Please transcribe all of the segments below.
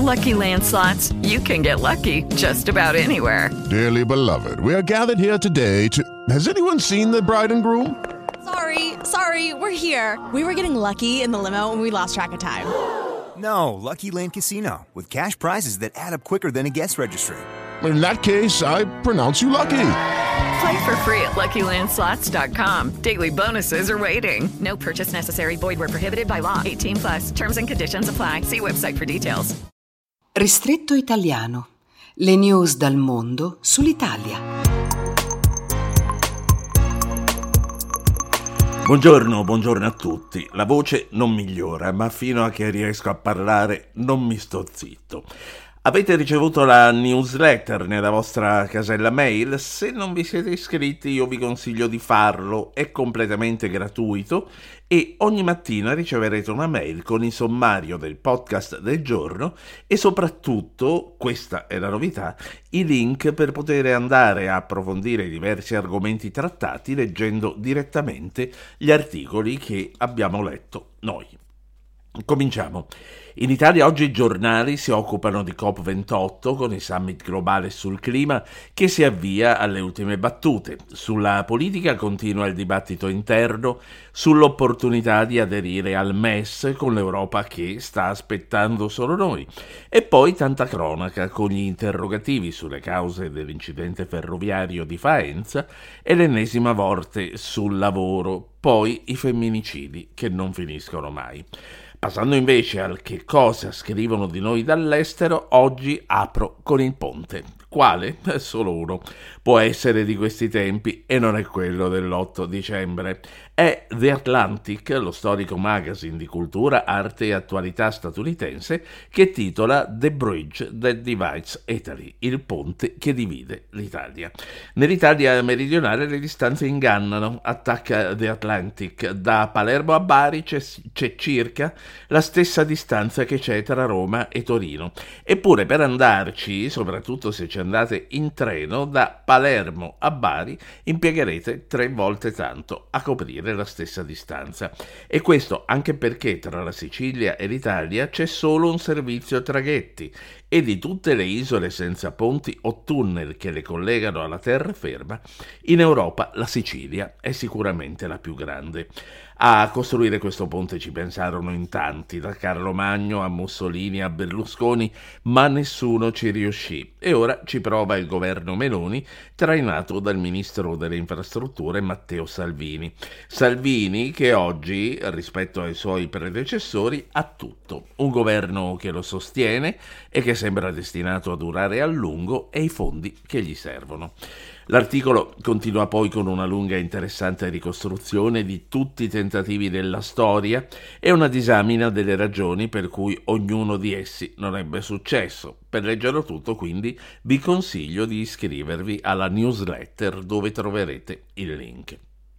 Lucky Land Slots, you can get lucky just about anywhere. Dearly beloved, we are gathered here today to... Has anyone seen the bride and groom? Sorry, we're here. We were getting lucky in the limo and we lost track of time. No, Lucky Land Casino, with cash prizes that add up quicker than a guest registry. In that case, I pronounce you lucky. Play for free at LuckyLandSlots.com. Daily bonuses are waiting. No purchase necessary. Void where prohibited by law. 18+. Terms and conditions apply. See website for details. Ristretto Italiano. Le news dal mondo sull'Italia. Buongiorno a tutti. La voce non migliora, ma fino a che riesco a parlare non mi sto zitto. Avete ricevuto la newsletter nella vostra casella mail? Se non vi siete iscritti io vi consiglio di farlo, è completamente gratuito e ogni mattina riceverete una mail con il sommario del podcast del giorno e soprattutto, questa è la novità, i link per poter andare a approfondire i diversi argomenti trattati leggendo direttamente gli articoli che abbiamo letto noi. Cominciamo. In Italia oggi i giornali si occupano di COP28 con il summit globale sul clima che si avvia alle ultime battute. Sulla politica continua il dibattito interno sull'opportunità di aderire al MES con l'Europa che sta aspettando solo noi. E poi tanta cronaca con gli interrogativi sulle cause dell'incidente ferroviario di Faenza e l'ennesima morte sul lavoro. Poi i femminicidi che non finiscono mai. Passando invece al che cosa scrivono di noi dall'estero, oggi apro con il ponte. Quale? Solo uno. Può essere di questi tempi e non è quello dell'8 dicembre. È The Atlantic, lo storico magazine di cultura, arte e attualità statunitense, che titola The Bridge That Divides Italy, il ponte che divide l'Italia. Nell'Italia meridionale le distanze ingannano, attacca The Atlantic. Da Palermo a Bari c'è circa la stessa distanza che c'è tra Roma e Torino. Eppure per andarci, soprattutto se ci andate in treno, da Palermo a Bari impiegherete 3 volte tanto a coprire la stessa distanza. E questo anche perché tra la Sicilia e l'Italia c'è solo un servizio traghetti e di tutte le isole senza ponti o tunnel che le collegano alla terraferma, in Europa la Sicilia è sicuramente la più grande. A costruire questo ponte ci pensarono in tanti, da Carlo Magno a Mussolini a Berlusconi, ma nessuno ci riuscì. E ora ci prova il governo Meloni, trainato dal ministro delle infrastrutture Matteo Salvini. Salvini che oggi, rispetto ai suoi predecessori, ha tutto. Un governo che lo sostiene e che sembra destinato a durare a lungo e i fondi che gli servono. L'articolo continua poi con una lunga e interessante ricostruzione di tutti i tentativi della storia e una disamina delle ragioni per cui ognuno di essi non ebbe successo. Per leggerlo tutto, quindi, vi consiglio di iscrivervi alla newsletter dove troverete il link.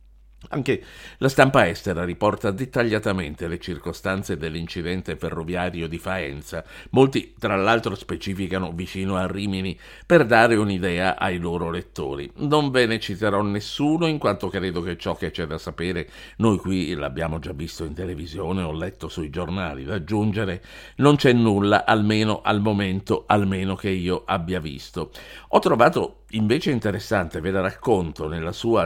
Anche la stampa estera riporta dettagliatamente le circostanze dell'incidente ferroviario di Faenza. Molti, tra l'altro, specificano vicino a Rimini per dare un'idea ai loro lettori. Non ve ne citerò nessuno, in quanto credo che ciò che c'è da sapere noi qui l'abbiamo già visto in televisione o letto sui giornali. Da aggiungere non c'è nulla, almeno al momento, almeno che io abbia visto. Ho trovato invece interessante, ve la racconto, nella sua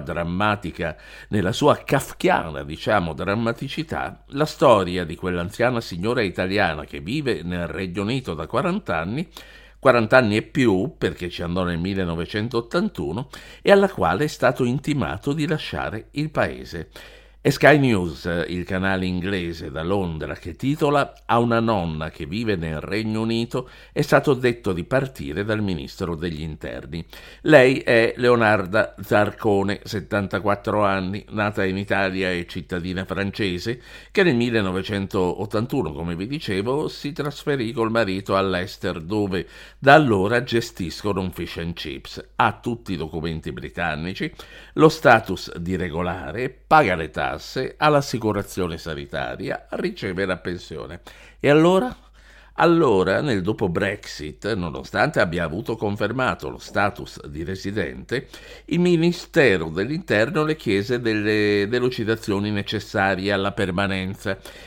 kafkiana, drammaticità, la storia di quell'anziana signora italiana che vive nel Regno Unito da 40 anni e più, perché ci andò nel 1981, e alla quale è stato intimato di lasciare il paese. È Sky News, il canale inglese da Londra, che titola «A una nonna che vive nel Regno Unito è stato detto di partire dal ministro degli interni». Lei è Leonarda Zarcone, 74 anni, nata in Italia e cittadina francese, che nel 1981, come vi dicevo, si trasferì col marito all'Ester, dove da allora gestiscono un fish and chips. Ha tutti i documenti britannici, lo status di regolare, paga le tasse, ha l'assicurazione sanitaria, riceve la pensione. E allora? Allora, nel dopo Brexit, nonostante abbia avuto confermato lo status di residente, il Ministero dell'Interno le chiese delle delucidazioni necessarie alla permanenza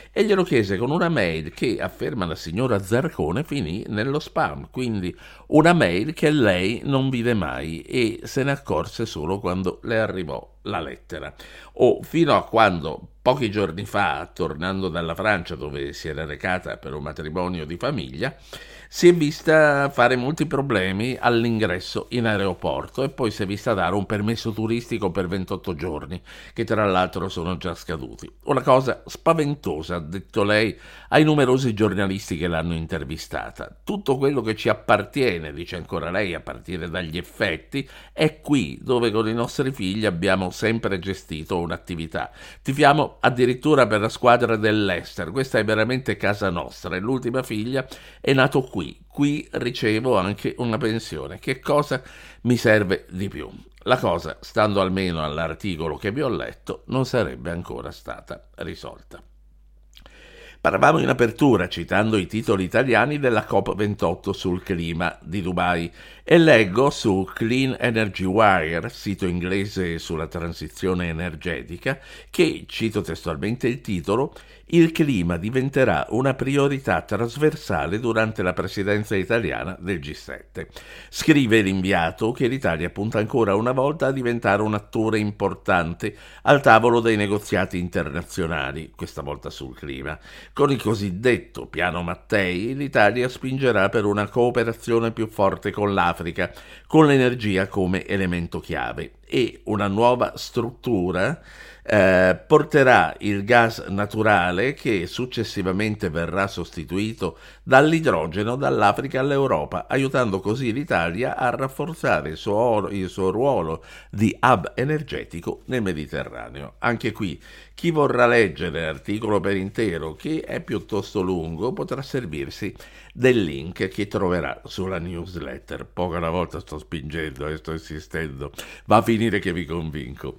e glielo chiese con una mail che, afferma la signora Zarcone, finì nello spam, quindi una mail che lei non vide mai e se ne accorse solo quando le arrivò la lettera, o fino a quando pochi giorni fa, tornando dalla Francia dove si era recata per un matrimonio di famiglia, si è vista fare molti problemi all'ingresso in aeroporto e poi si è vista dare un permesso turistico per 28 giorni, che tra l'altro sono già scaduti. Una cosa spaventosa, ha detto lei ai numerosi giornalisti che l'hanno intervistata. Tutto quello che ci appartiene, dice ancora lei, a partire dagli effetti, è qui dove con i nostri figli abbiamo sempre gestito un'attività. Tifiamo addirittura per la squadra dell'Leicester, questa è veramente casa nostra e l'ultima figlia è nato qui ricevo anche una pensione. Che cosa mi serve di più? La cosa, stando almeno all'articolo che vi ho letto, non sarebbe ancora stata risolta. Parlavamo in apertura citando i titoli italiani della COP28 sul clima di Dubai e leggo su Clean Energy Wire, sito inglese sulla transizione energetica, che, cito testualmente il titolo, il clima diventerà una priorità trasversale durante la presidenza italiana del G7. Scrive l'inviato che l'Italia punta ancora una volta a diventare un attore importante al tavolo dei negoziati internazionali, questa volta sul clima. Con il cosiddetto Piano Mattei, l'Italia spingerà per una cooperazione più forte con l'Africa, con l'energia come elemento chiave, e una nuova struttura porterà il gas naturale che successivamente verrà sostituito dall'idrogeno dall'Africa all'Europa, aiutando così l'Italia a rafforzare il suo ruolo di hub energetico nel Mediterraneo. Anche qui, chi vorrà leggere l'articolo per intero, che è piuttosto lungo, potrà servirsi del link che troverà sulla newsletter. Poco alla volta sto spingendo e sto insistendo, va a finire che vi convinco.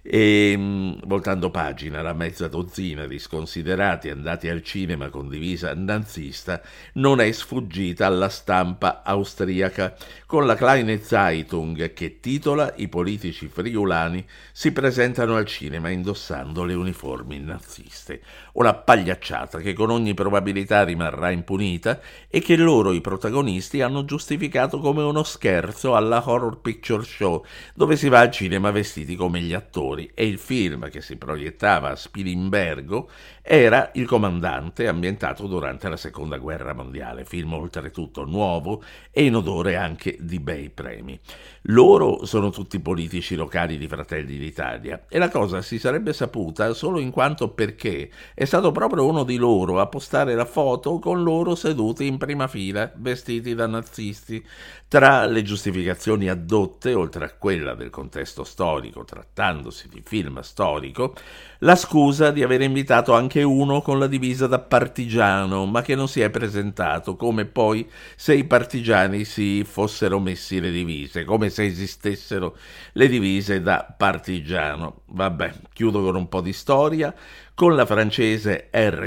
E voltando pagina, la mezza dozzina di sconsiderati andati al cinema con divisa nazista non è sfuggita alla stampa austriaca, con la Kleine Zeitung che titola "I politici friulani si presentano al cinema indossando le uniformi naziste". Una pagliacciata che con ogni probabilità rimarrà impunita e che loro, i protagonisti, hanno giustificato come uno scherzo alla Horror Picture Show, dove si va al cinema vestiti come gli attori, e il film che si proiettava a Spilimbergo era Il Comandante, ambientato durante la Seconda Guerra Mondiale, film oltretutto nuovo e in odore anche di bei premi. Loro sono tutti politici locali di Fratelli d'Italia e la cosa si sarebbe saputa solo in quanto perché è stato proprio uno di loro a postare la foto con loro seduti in prima fila, vestiti da nazisti. Tra le giustificazioni addotte, oltre a quella del contesto storico, trattandosi di film storico, la scusa di aver invitato anche uno con la divisa da partigiano, ma che non si è presentato, come poi se i partigiani si fossero messi le divise, come se esistessero le divise da partigiano. Vabbè, chiudo con un po' di storia. Con la francese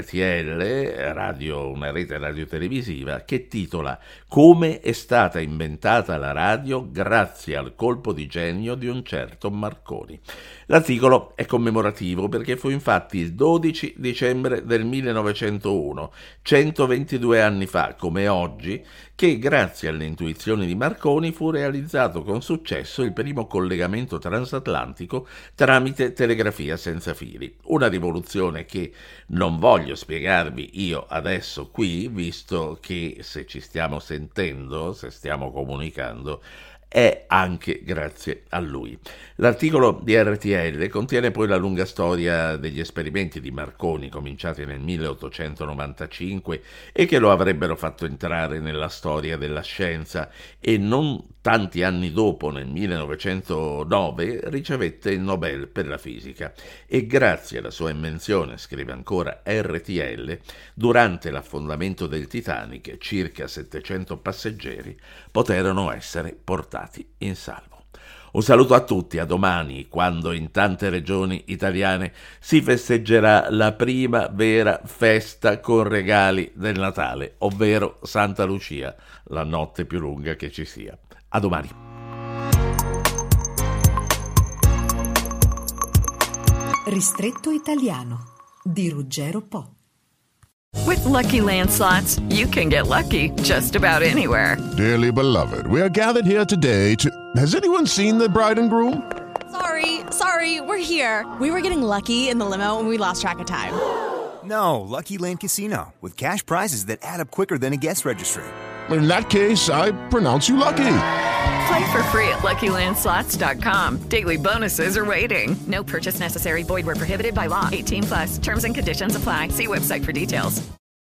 RTL, una rete radiotelevisiva, che titola "Come è stata inventata la radio grazie al colpo di genio di un certo Marconi". L'articolo è commemorativo perché fu infatti il 12 dicembre del 1901, 122 anni fa, come oggi, che grazie alle intuizioni di Marconi fu realizzato con successo il primo collegamento transatlantico tramite telegrafia senza fili. Una rivoluzione che non voglio spiegarvi io adesso qui, visto che se ci stiamo sentendo, se stiamo comunicando, è anche grazie a lui. L'articolo di RTL contiene poi la lunga storia degli esperimenti di Marconi cominciati nel 1895 e che lo avrebbero fatto entrare nella storia della scienza, e non tanti anni dopo, nel 1909, ricevette il Nobel per la fisica e grazie alla sua invenzione, scrive ancora RTL, durante l'affondamento del Titanic circa 700 passeggeri poterono essere portati in salvo. Un saluto a tutti, a domani, quando in tante regioni italiane si festeggerà la prima vera festa con regali del Natale, ovvero Santa Lucia, la notte più lunga che ci sia. A domani. Ristretto italiano di Ruggero Po. With Lucky Land Slots, you can get lucky just about anywhere. Dearly beloved, we are gathered here today to... Has anyone seen the bride and groom? Sorry, we're here. We were getting lucky in the limo and we lost track of time. No, Lucky Land Casino, with cash prizes that add up quicker than a guest registry. In that case, I pronounce you lucky. Play for free at LuckyLandSlots.com. Daily bonuses are waiting. No purchase necessary. Void where prohibited by law. 18+. Terms and conditions apply. See website for details.